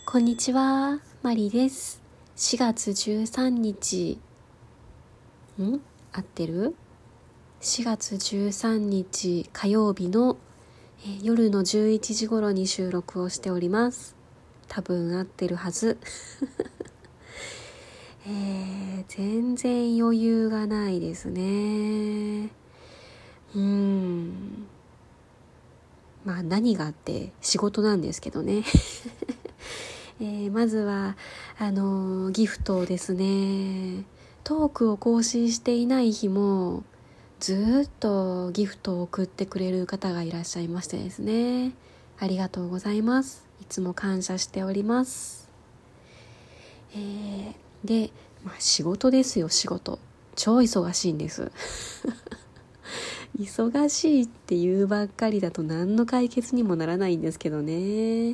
こんにちは、マリです。4月13日、合ってる？ 4 月13日火曜日の、夜の11時頃に収録をしております。多分合ってるはず。全然余裕がないですね。まあ何があって仕事なんですけどね。まずはギフトをですね、トークを更新していない日もずっとギフトを送ってくれる方がいらっしゃいましてですね、ありがとうございます。いつも感謝しております。で、仕事ですよ。仕事超忙しいんです忙しいって言うばっかりだと何の解決にもならないんですけどね。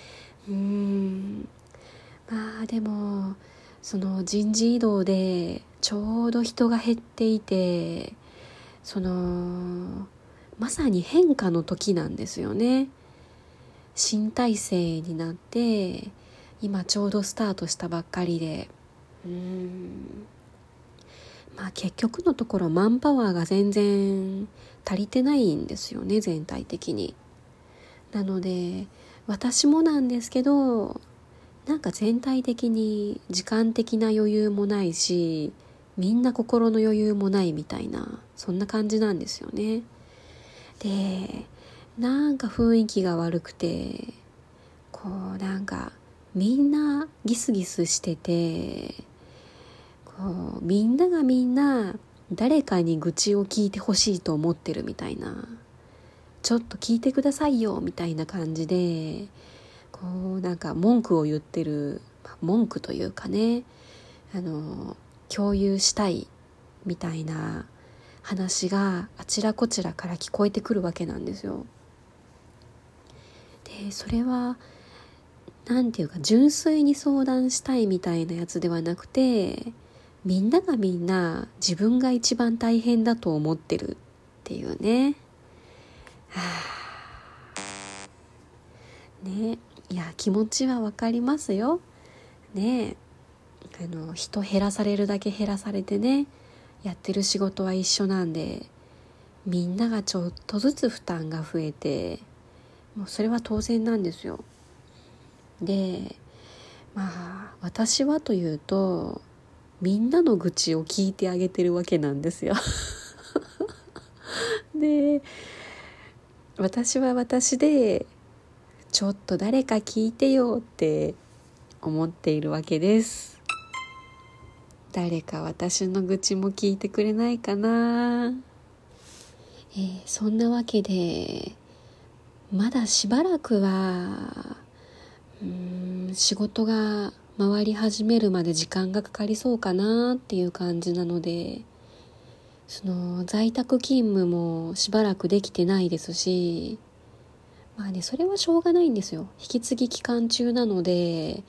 でもその人事異動でちょうど人が減っていて、まさに変化の時なんですよね。新体制になって今ちょうどスタートしたばっかりで、結局のところマンパワーが全然足りてないんですよね、全体的に。なので私もなんですけど、なんか全体的に時間的な余裕もないし、みんな心の余裕もないみたいな、そんな感じなんですよね。で、なんか雰囲気が悪くて、なんかみんなギスギスしてて、みんながみんな誰かに愚痴を聞いてほしいと思ってるみたいな、ちょっと聞いてくださいよみたいな感じで、なんか文句を言ってる、文句というかね、共有したいみたいな話があちらこちらから聞こえてくるわけなんですよ。で、それはなんていうか純粋に相談したいみたいなやつではなくて、みんながみんな自分が一番大変だと思ってるっていうね。ね、いや気持ちはわかりますよね。人減らされるだけ減らされてね、やってる仕事は一緒なんで、みんながちょっとずつ負担が増えて、もうそれは当然なんですよ。で、私はというと、みんなの愚痴を聞いてあげてるわけなんですよで、私は私でちょっと誰か聞いてよって思っているわけです。誰か私の愚痴も聞いてくれないかな。そんなわけでまだしばらくは仕事が回り始めるまで時間がかかりそうかなっていう感じなので、その在宅勤務もしばらくできてないですし、それはしょうがないんですよ。引き継ぎ期間中なので、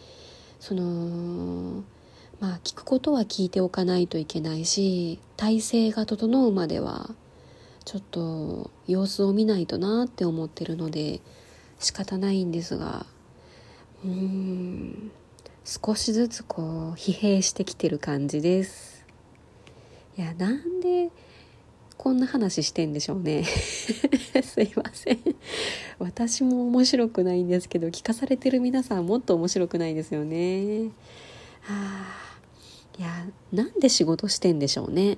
聞くことは聞いておかないといけないし、体制が整うまではちょっと様子を見ないとなって思ってるので仕方ないんですが、少しずつ疲弊してきてる感じです。いや、なんでこんな話してんでしょうねすいません。私も面白くないんですけど、聞かされてる皆さんもっと面白くないですよね。いや、なんで仕事してんでしょうね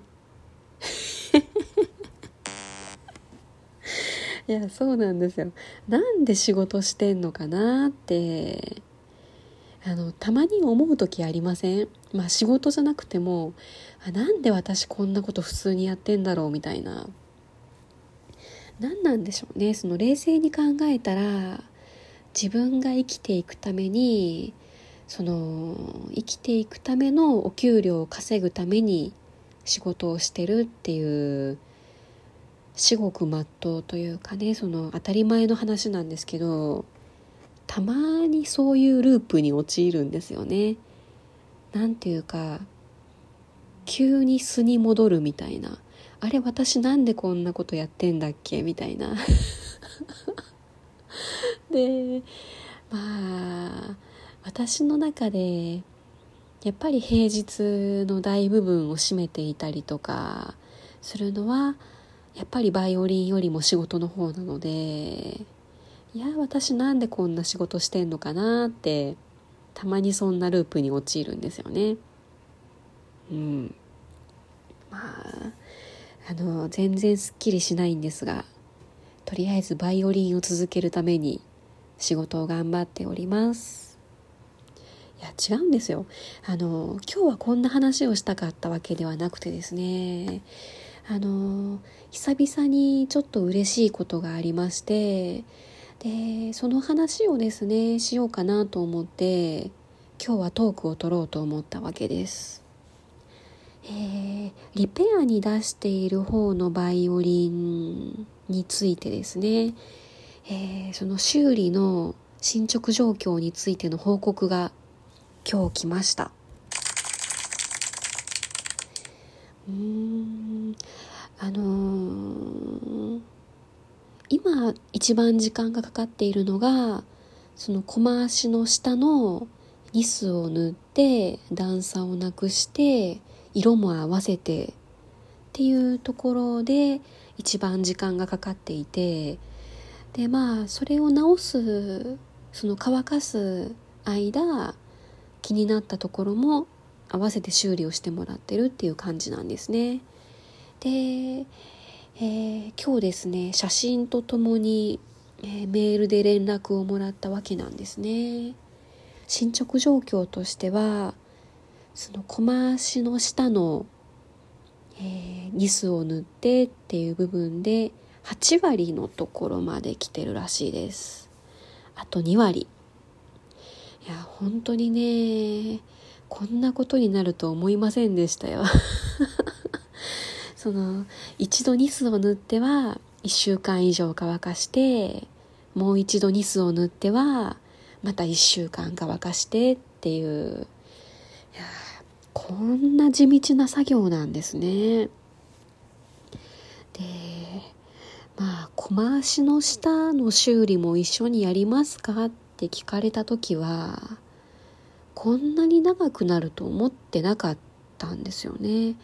いや、そうなんですよ。なんで仕事してんのかなってたまに思う時ありません？仕事じゃなくても、なんで私こんなこと普通にやってんだろうみたいな。何なんでしょうね。その冷静に考えたら、自分が生きていくために、生きていくためのお給料を稼ぐために仕事をしてるっていう至極真っ当というかね、当たり前の話なんですけど、たまにそういうループに陥るんですよね。なんていうか、急に素に戻るみたいな。あれ、私なんでこんなことやってんだっけみたいなで、 私の中でやっぱり平日の大部分を占めていたりとかするのはやっぱりバイオリンよりも仕事の方なので、いや私なんでこんな仕事してんのかなってたまにそんなループに陥るんですよね。まあ全然すっきりしないんですが、とりあえずバイオリンを続けるために仕事を頑張っております。いや違うんですよ。今日はこんな話をしたかったわけではなくてですね、久々にちょっと嬉しいことがありまして、でその話をですねしようかなと思って今日はトークを取ろうと思ったわけです。リペアに出している方のバイオリンについてですね、その修理の進捗状況についての報告が今日来ました。今一番時間がかかっているのがそのコマ足の下のニスを塗って段差をなくして色も合わせてっていうところで一番時間がかかっていて、でそれを直すその乾かす間気になったところも合わせて修理をしてもらってるっていう感じなんですね。で、今日ですね写真とともに、メールで連絡をもらったわけなんですね。進捗状況としてはそのコマ足の下の、ニスを塗ってっていう部分で8割のところまで来てるらしいです。あと2割。いや本当にねこんなことになると思いませんでしたよその一度ニスを塗っては1週間以上乾かしてもう一度ニスを塗ってはまた1週間乾かしてっていう、いやこんな地道な作業なんですね。でコマ足の下の修理も一緒にやりますかって聞かれた時はこんなに長くなると思ってなかったんですよね。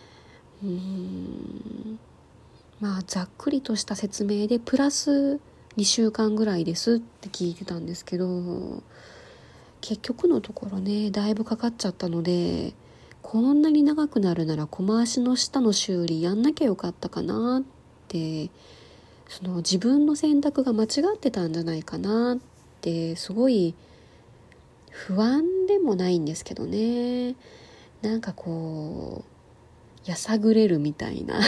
ざっくりとした説明でプラス2週間ぐらいですって聞いてたんですけど、結局のところねだいぶかかっちゃったので、こんなに長くなるならコマ足の下の修理やんなきゃよかったかなって、その自分の選択が間違ってたんじゃないかなってすごい不安でもないんですけどね、なんかこうやさぐれるみたいな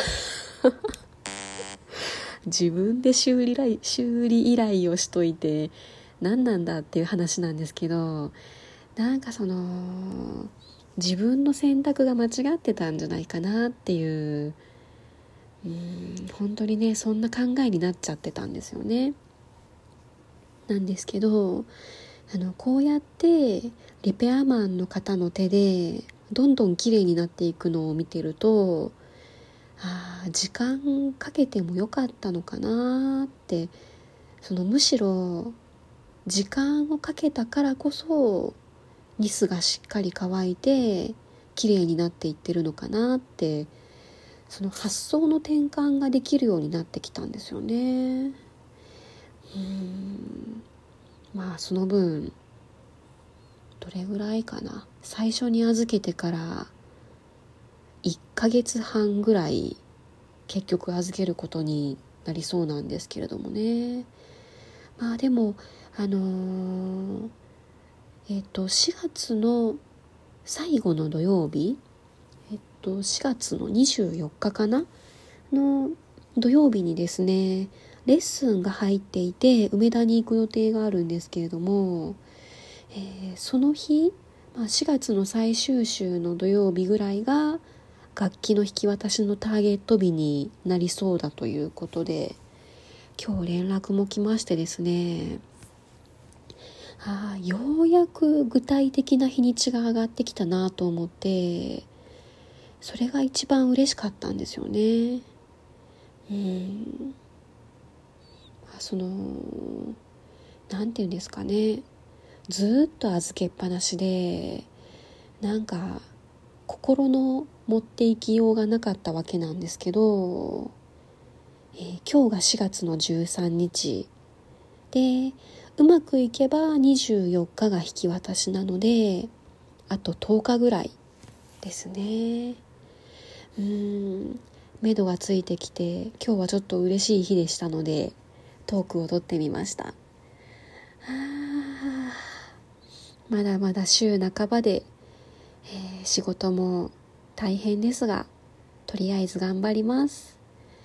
自分で修理依頼をしといて何なんだっていう話なんですけど、なんかその自分の選択が間違ってたんじゃないかなっていう、本当にねそんな考えになっちゃってたんですよね。なんですけどこうやってリペアマンの方の手でどんどん綺麗になっていくのを見てると、時間かけてもよかったのかなって、むしろ時間をかけたからこそニスがしっかり乾いて綺麗になっていってるのかなって、その発想の転換ができるようになってきたんですよね。その分どれぐらいかな、最初に預けてから1ヶ月半ぐらい結局預けることになりそうなんですけれどもね。でも4月の最後の土曜日、4月の24日かなの土曜日にですねレッスンが入っていて梅田に行く予定があるんですけれども、その日、4月の最終週の土曜日ぐらいが楽器の引き渡しのターゲット日になりそうだということで、今日連絡も来ましてですね、ようやく具体的な日にちが上がってきたなと思って、それが一番嬉しかったんですよね。なんていうんですかね、 ずっと預けっぱなしで、なんか心の持っていきようがなかったわけなんですけど、今日が4月の13日で、うまくいけば24日が引き渡しなので、あと10日ぐらいですね。目処がついてきて、今日はちょっと嬉しい日でしたのでトークを撮ってみました。まだまだ週半ばで、仕事も大変ですが、とりあえず頑張ります。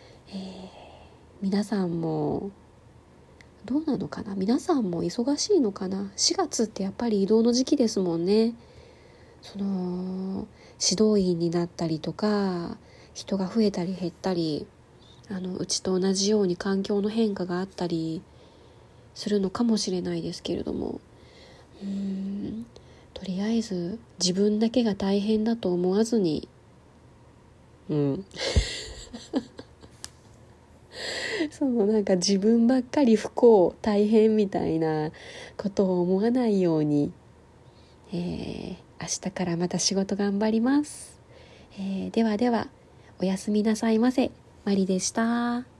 皆さんもどうなのかな。皆さんも忙しいのかな。4月ってやっぱり移動の時期ですもんね。指導員になったりとか、人が増えたり減ったり、うちと同じように環境の変化があったりするのかもしれないですけれども、とりあえず自分だけが大変だと思わずに、なんか自分ばっかり不幸大変みたいなことを思わないように、明日からまた仕事頑張ります。ではでは、おやすみなさいませ。マリでした。